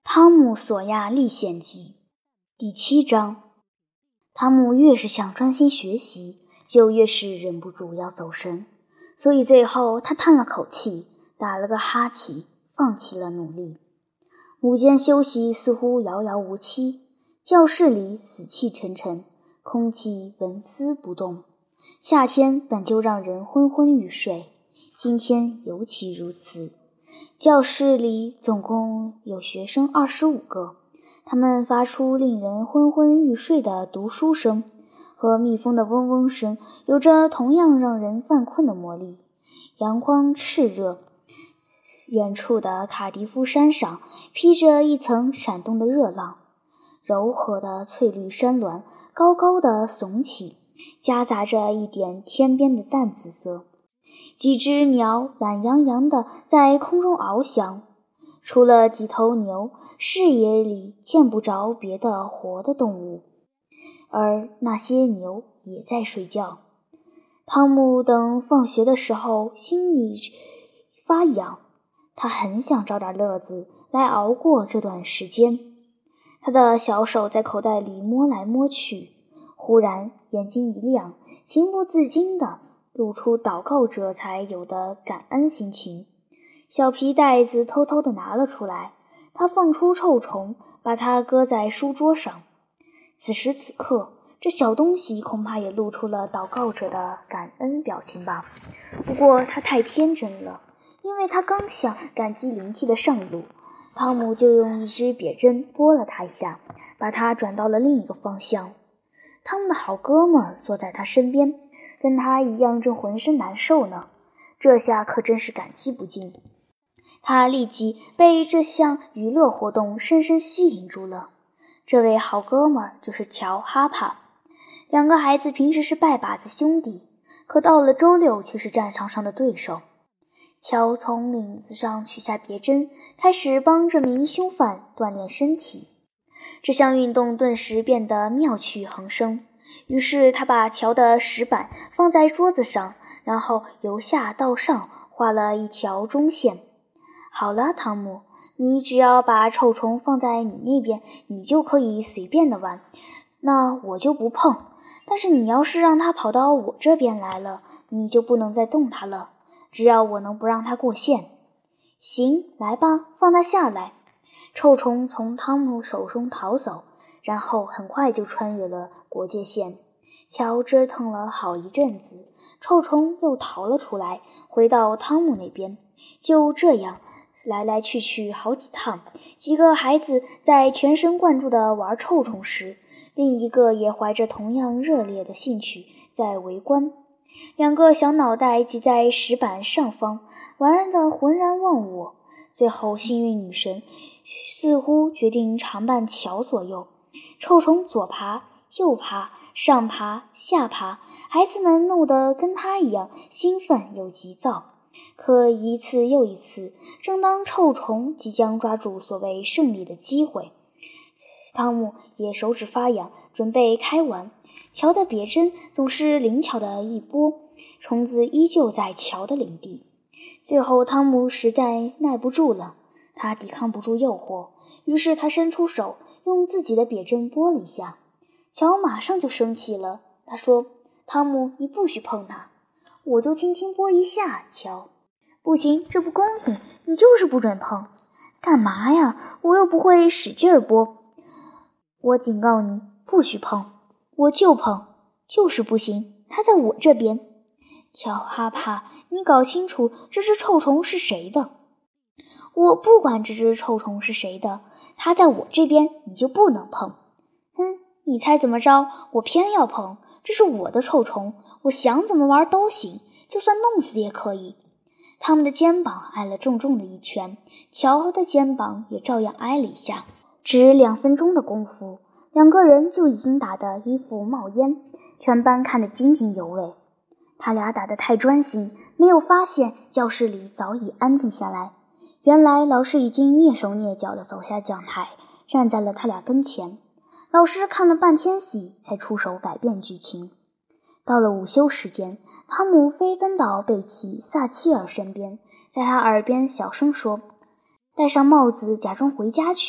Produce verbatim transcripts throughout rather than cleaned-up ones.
汤姆·索亚历险记第七章。汤姆越是想专心学习，就越是忍不住要走神，所以最后他叹了口气，打了个哈欠，放弃了努力。午间休息似乎遥遥无期，教室里死气沉沉，空气纹丝不动。夏天本就让人昏昏欲睡，今天尤其如此。教室里总共有学生二十五个，他们发出令人昏昏欲睡的读书声，和蜜蜂的嗡嗡声有着同样让人犯困的魔力。阳光炽热，远处的卡迪夫山上披着一层闪动的热浪，柔和的翠绿山峦高高的耸起，夹杂着一点天边的淡紫色。几只鸟懒洋洋地在空中翱翔，除了几头牛，视野里见不着别的活的动物，而那些牛也在睡觉。汤姆等放学的时候心里发痒，他很想找点乐子来熬过这段时间。他的小手在口袋里摸来摸去，忽然眼睛一亮，情不自禁地露出祷告者才有的感恩心情。小皮袋子偷偷地拿了出来，他放出臭虫，把它搁在书桌上。此时此刻，这小东西恐怕也露出了祷告者的感恩表情吧。不过他太天真了，因为他刚想感激灵涕地上路，汤姆就用一支瘪针拨了他一下，把他转到了另一个方向。汤姆的好哥们儿坐在他身边，跟他一样正浑身难受呢，这下可真是感激不尽。他立即被这项娱乐活动深深吸引住了。这位好哥们儿就是乔·哈帕。两个孩子平时是拜把子兄弟，可到了周六却是战场上的对手。乔从领子上取下别针，开始帮这名凶犯锻炼身体。这项运动顿时变得妙趣横生，于是他把乔的石板放在桌子上，然后由下到上画了一条中线。好了，汤姆，你只要把臭虫放在你那边，你就可以随便的玩，那我就不碰。但是你要是让它跑到我这边来了，你就不能再动它了，只要我能不让它过线。行，来吧，放它下来。臭虫从汤姆手中逃走，然后很快就穿越了国界线。乔折腾了好一阵子，臭虫又逃了出来，回到汤姆那边。就这样来来去去好几趟，几个孩子在全神贯注地玩臭虫时，另一个也怀着同样热烈的兴趣在围观。两个小脑袋挤在石板上方，玩得浑然忘我。最后幸运女神似乎决定常伴乔左右，臭虫左爬右爬，上爬下爬，孩子们弄得跟他一样兴奋又急躁。可一次又一次，正当臭虫即将抓住所谓胜利的机会，汤姆也手指发痒，准备开玩。乔的别针总是灵巧的一拨，虫子依旧在乔的领地。最后汤姆实在耐不住了，他抵抗不住诱惑，于是他伸出手，用自己的别针拨了一下。乔马上就生气了，他说：汤姆，你不许碰它。我就轻轻拨一下，乔。不行，这不公平，你就是不准碰。干嘛呀？我又不会使劲儿拨。我警告你，不许碰。我就碰，就是不行，它在我这边。乔哈帕，你搞清楚这只臭虫是谁的。我不管这只臭虫是谁的，它在我这边，你就不能碰。哼，你猜怎么着？我偏要碰，这是我的臭虫，我想怎么玩都行，就算弄死也可以。他们的肩膀挨了重重的一拳，乔的肩膀也照样挨了一下。只两分钟的功夫，两个人就已经打得衣服冒烟，全班看得津津有味。他俩打得太专心，没有发现教室里早已安静下来。原来老师已经蹑手蹑脚地走下讲台，站在了他俩跟前。老师看了半天戏，才出手改变剧情。到了午休时间，汤姆飞奔到贝奇·萨切尔身边，在他耳边小声说：戴上帽子假装回家去，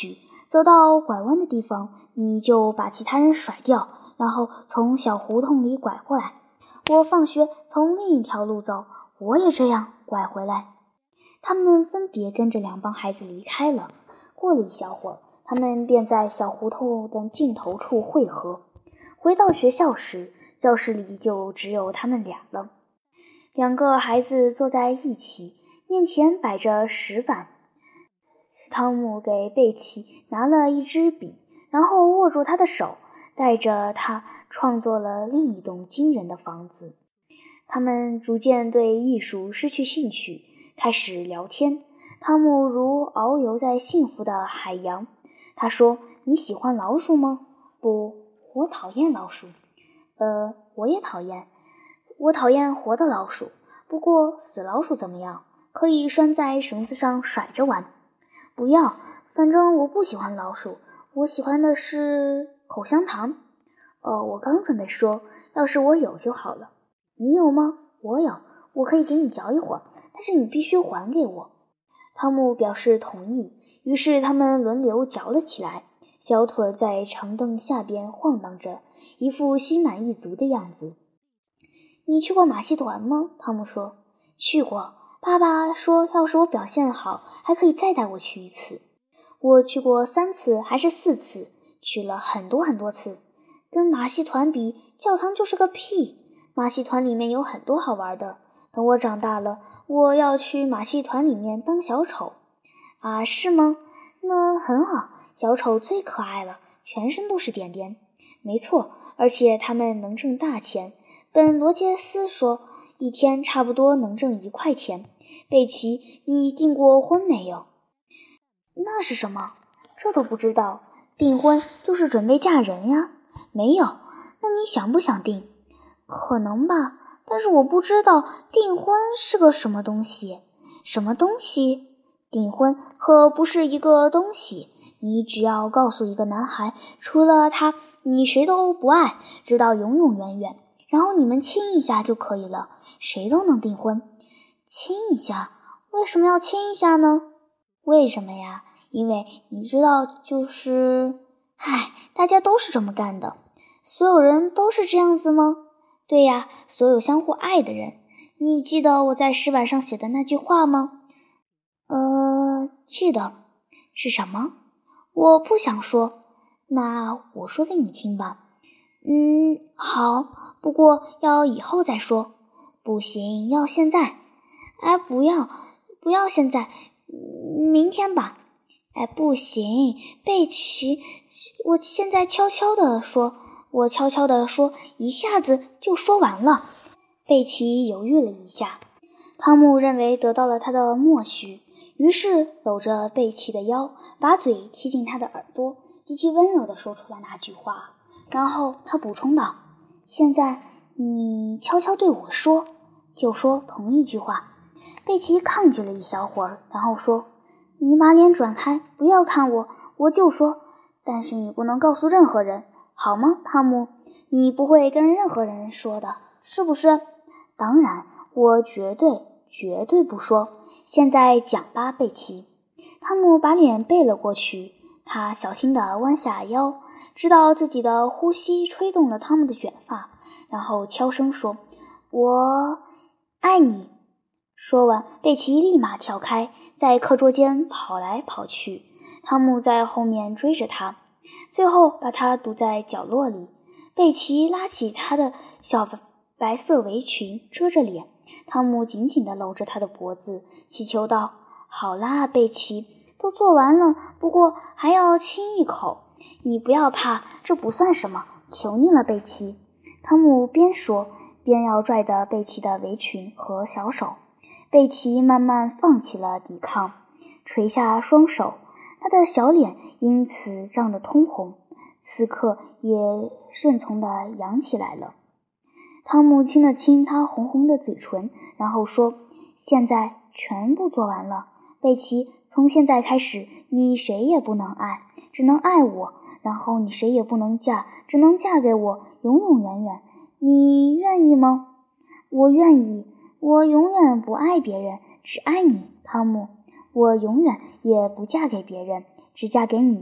走到拐弯的地方，你就把其他人甩掉，然后从小胡同里拐过来。我放学从另一条路走，我也这样拐回来。”他们分别跟着两帮孩子离开了。过了一小会儿，他们便在小胡同的尽头处汇合。回到学校时，教室里就只有他们俩了。两个孩子坐在一起，面前摆着石板。汤姆给贝奇拿了一支笔，然后握住他的手，带着他创作了另一栋惊人的房子。他们逐渐对艺术失去兴趣，开始聊天。汤姆如遨游在幸福的海洋。他说：“你喜欢老鼠吗？”“不，我讨厌老鼠。”“呃，我也讨厌。我讨厌活的老鼠。不过死老鼠怎么样？可以拴在绳子上甩着玩。”“不要，反正我不喜欢老鼠。我喜欢的是口香糖。”“哦，我刚准备说，要是我有就好了。”“你有吗？”“我有，我可以给你嚼一会儿，但是你必须还给我。”汤姆表示同意，于是他们轮流嚼了起来。小腿儿在长凳下边晃荡着，一副心满意足的样子。“你去过马戏团吗？”汤姆说。“去过，爸爸说要是我表现好，还可以再带我去一次。”“我去过三次还是四次，去了很多很多次。跟马戏团比，教堂就是个屁。马戏团里面有很多好玩的。等我长大了，我要去马戏团里面当小丑。”“啊，是吗？那很好，小丑最可爱了，全身都是点点。”“没错，而且他们能挣大钱。本罗杰斯说，一天差不多能挣一块钱。贝奇，你订过婚没有？”“那是什么？这都不知道。订婚就是准备嫁人呀。”“没有。那你想不想订？”“可能吧，但是我不知道订婚是个什么东西。”“什么东西？订婚可不是一个东西。你只要告诉一个男孩，除了他，你谁都不爱，直到永永远远，然后你们亲一下就可以了，谁都能订婚。”“亲一下？为什么要亲一下呢？”“为什么呀？因为你知道，就是……唉，大家都是这么干的。”“所有人都是这样子吗？”“对呀，所有相互爱的人。你记得我在石板上写的那句话吗？”“呃，记得。”“是什么？”“我不想说。”“那我说给你听吧。”“嗯，好，不过要以后再说。”“不行，要现在。”“哎，不要，不要现在，明天吧。”“哎，不行，贝奇，我现在悄悄地说。”“我悄悄地说，一下子就说完了。”贝奇犹豫了一下。汤姆认为得到了他的默许，于是搂着贝奇的腰，把嘴贴近他的耳朵，极其温柔地说出了那句话。然后他补充道：“现在你悄悄对我说，就说同一句话。”贝奇抗拒了一小会儿，然后说：“你把脸转开，不要看我，我就说。但是你不能告诉任何人，好吗，汤姆？你不会跟任何人说的，是不是？”“当然，我绝对绝对不说。现在讲吧，贝奇。”汤姆把脸背了过去，他小心地弯下腰，直到自己的呼吸吹动了汤姆的卷发，然后悄声说：“我爱你。”说完，贝奇立马跳开，在课桌间跑来跑去。汤姆在后面追着他，最后把他堵在角落里。贝奇拉起他的小白色围裙遮着脸，汤姆紧紧地搂着他的脖子，祈求道：“好啦，贝奇，都做完了，不过还要亲一口。你不要怕，这不算什么，求你了，贝奇。”汤姆边说边要拽着贝奇的围裙和小手。贝奇慢慢放弃了抵抗，垂下双手，他的小脸因此涨得通红，此刻也顺从地扬起来了。汤姆亲了亲他红红的嘴唇，然后说：“现在全部做完了，贝奇，从现在开始，你谁也不能爱，只能爱我，然后你谁也不能嫁，只能嫁给我，永永远远。你愿意吗？”“我愿意，我永远不爱别人，只爱你，汤姆。我永远也不嫁给别人，只嫁给你。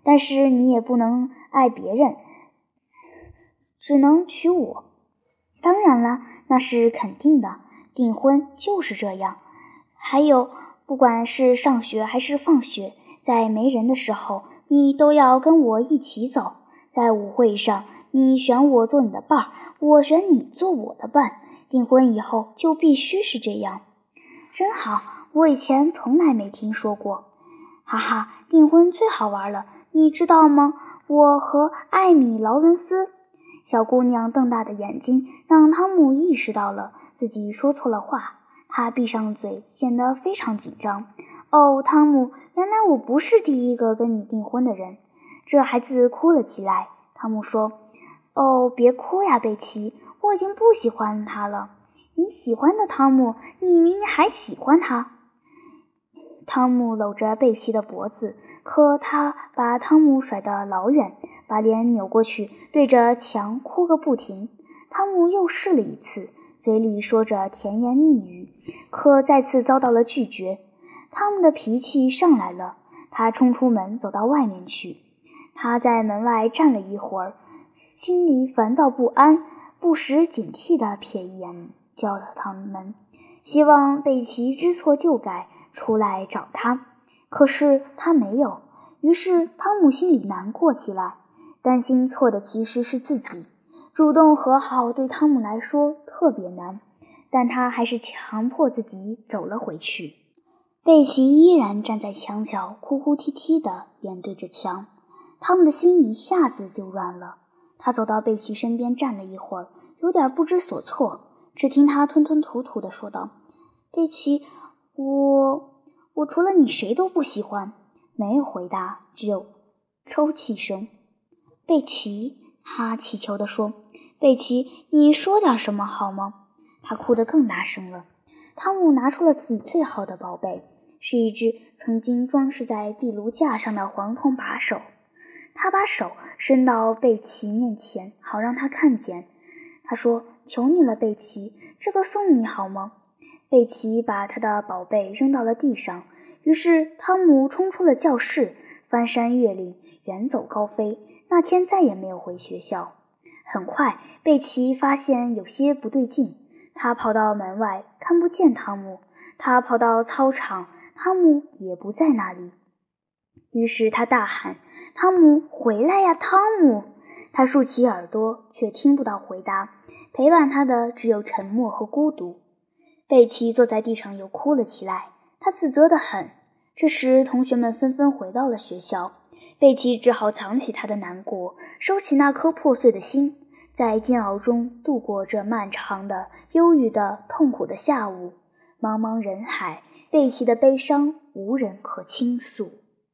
但是你也不能爱别人，只能娶我。当然了，那是肯定的，订婚就是这样。还有，不管是上学还是放学，在没人的时候，你都要跟我一起走。在舞会上，你选我做你的伴儿，我选你做我的伴。订婚以后就必须是这样。真好，我以前从来没听说过。哈哈，订婚最好玩了，你知道吗？我和艾米·劳伦斯。小姑娘瞪大的眼睛让汤姆意识到了自己说错了话，他闭上嘴，显得非常紧张。哦，汤姆，原来我不是第一个跟你订婚的人。这孩子哭了起来。汤姆说：哦，别哭呀，贝奇，我已经不喜欢他了。你喜欢的汤姆，你明明还喜欢他。汤姆搂着贝奇的脖子，可他把汤姆甩得老远，把脸扭过去，对着墙哭个不停。汤姆又试了一次，嘴里说着甜言蜜语，可再次遭到了拒绝。汤姆的脾气上来了，他冲出门走到外面去。他在门外站了一会儿，心里烦躁不安，不时警惕地瞥一眼教堂门，希望贝奇知错就改，出来找他。可是他没有，于是汤姆心里难过起来，担心错的其实是自己。主动和好对汤姆来说特别难，但他还是强迫自己走了回去。贝奇依然站在墙角，哭哭啼啼地脸对着墙。汤姆的心一下子就软了，他走到贝奇身边站了一会儿，有点不知所措。只听他吞吞吐吐地说道：贝奇，我我除了你谁都不喜欢。没有回答，只有抽泣声。贝奇，他祈求地说，贝奇，你说点什么好吗？他哭得更大声了。汤姆拿出了自己最好的宝贝，是一只曾经装饰在壁炉架上的黄铜把手。他把手伸到贝奇面前，好让他看见。他说：求你了，贝奇，这个送你好吗？贝奇把他的宝贝扔到了地上，于是汤姆冲出了教室，翻山越岭，远走高飞。那天再也没有回学校。很快，贝奇发现有些不对劲，他跑到门外，看不见汤姆。他跑到操场，汤姆也不在那里。于是他大喊：汤姆，回来呀，汤姆！他竖起耳朵，却听不到回答，陪伴他的只有沉默和孤独。贝奇坐在地上又哭了起来，他自责得很。这时同学们纷纷回到了学校，贝奇只好藏起他的难过，收起那颗破碎的心，在煎熬中度过这漫长的、忧郁的、痛苦的下午。茫茫人海，贝奇的悲伤无人可倾诉。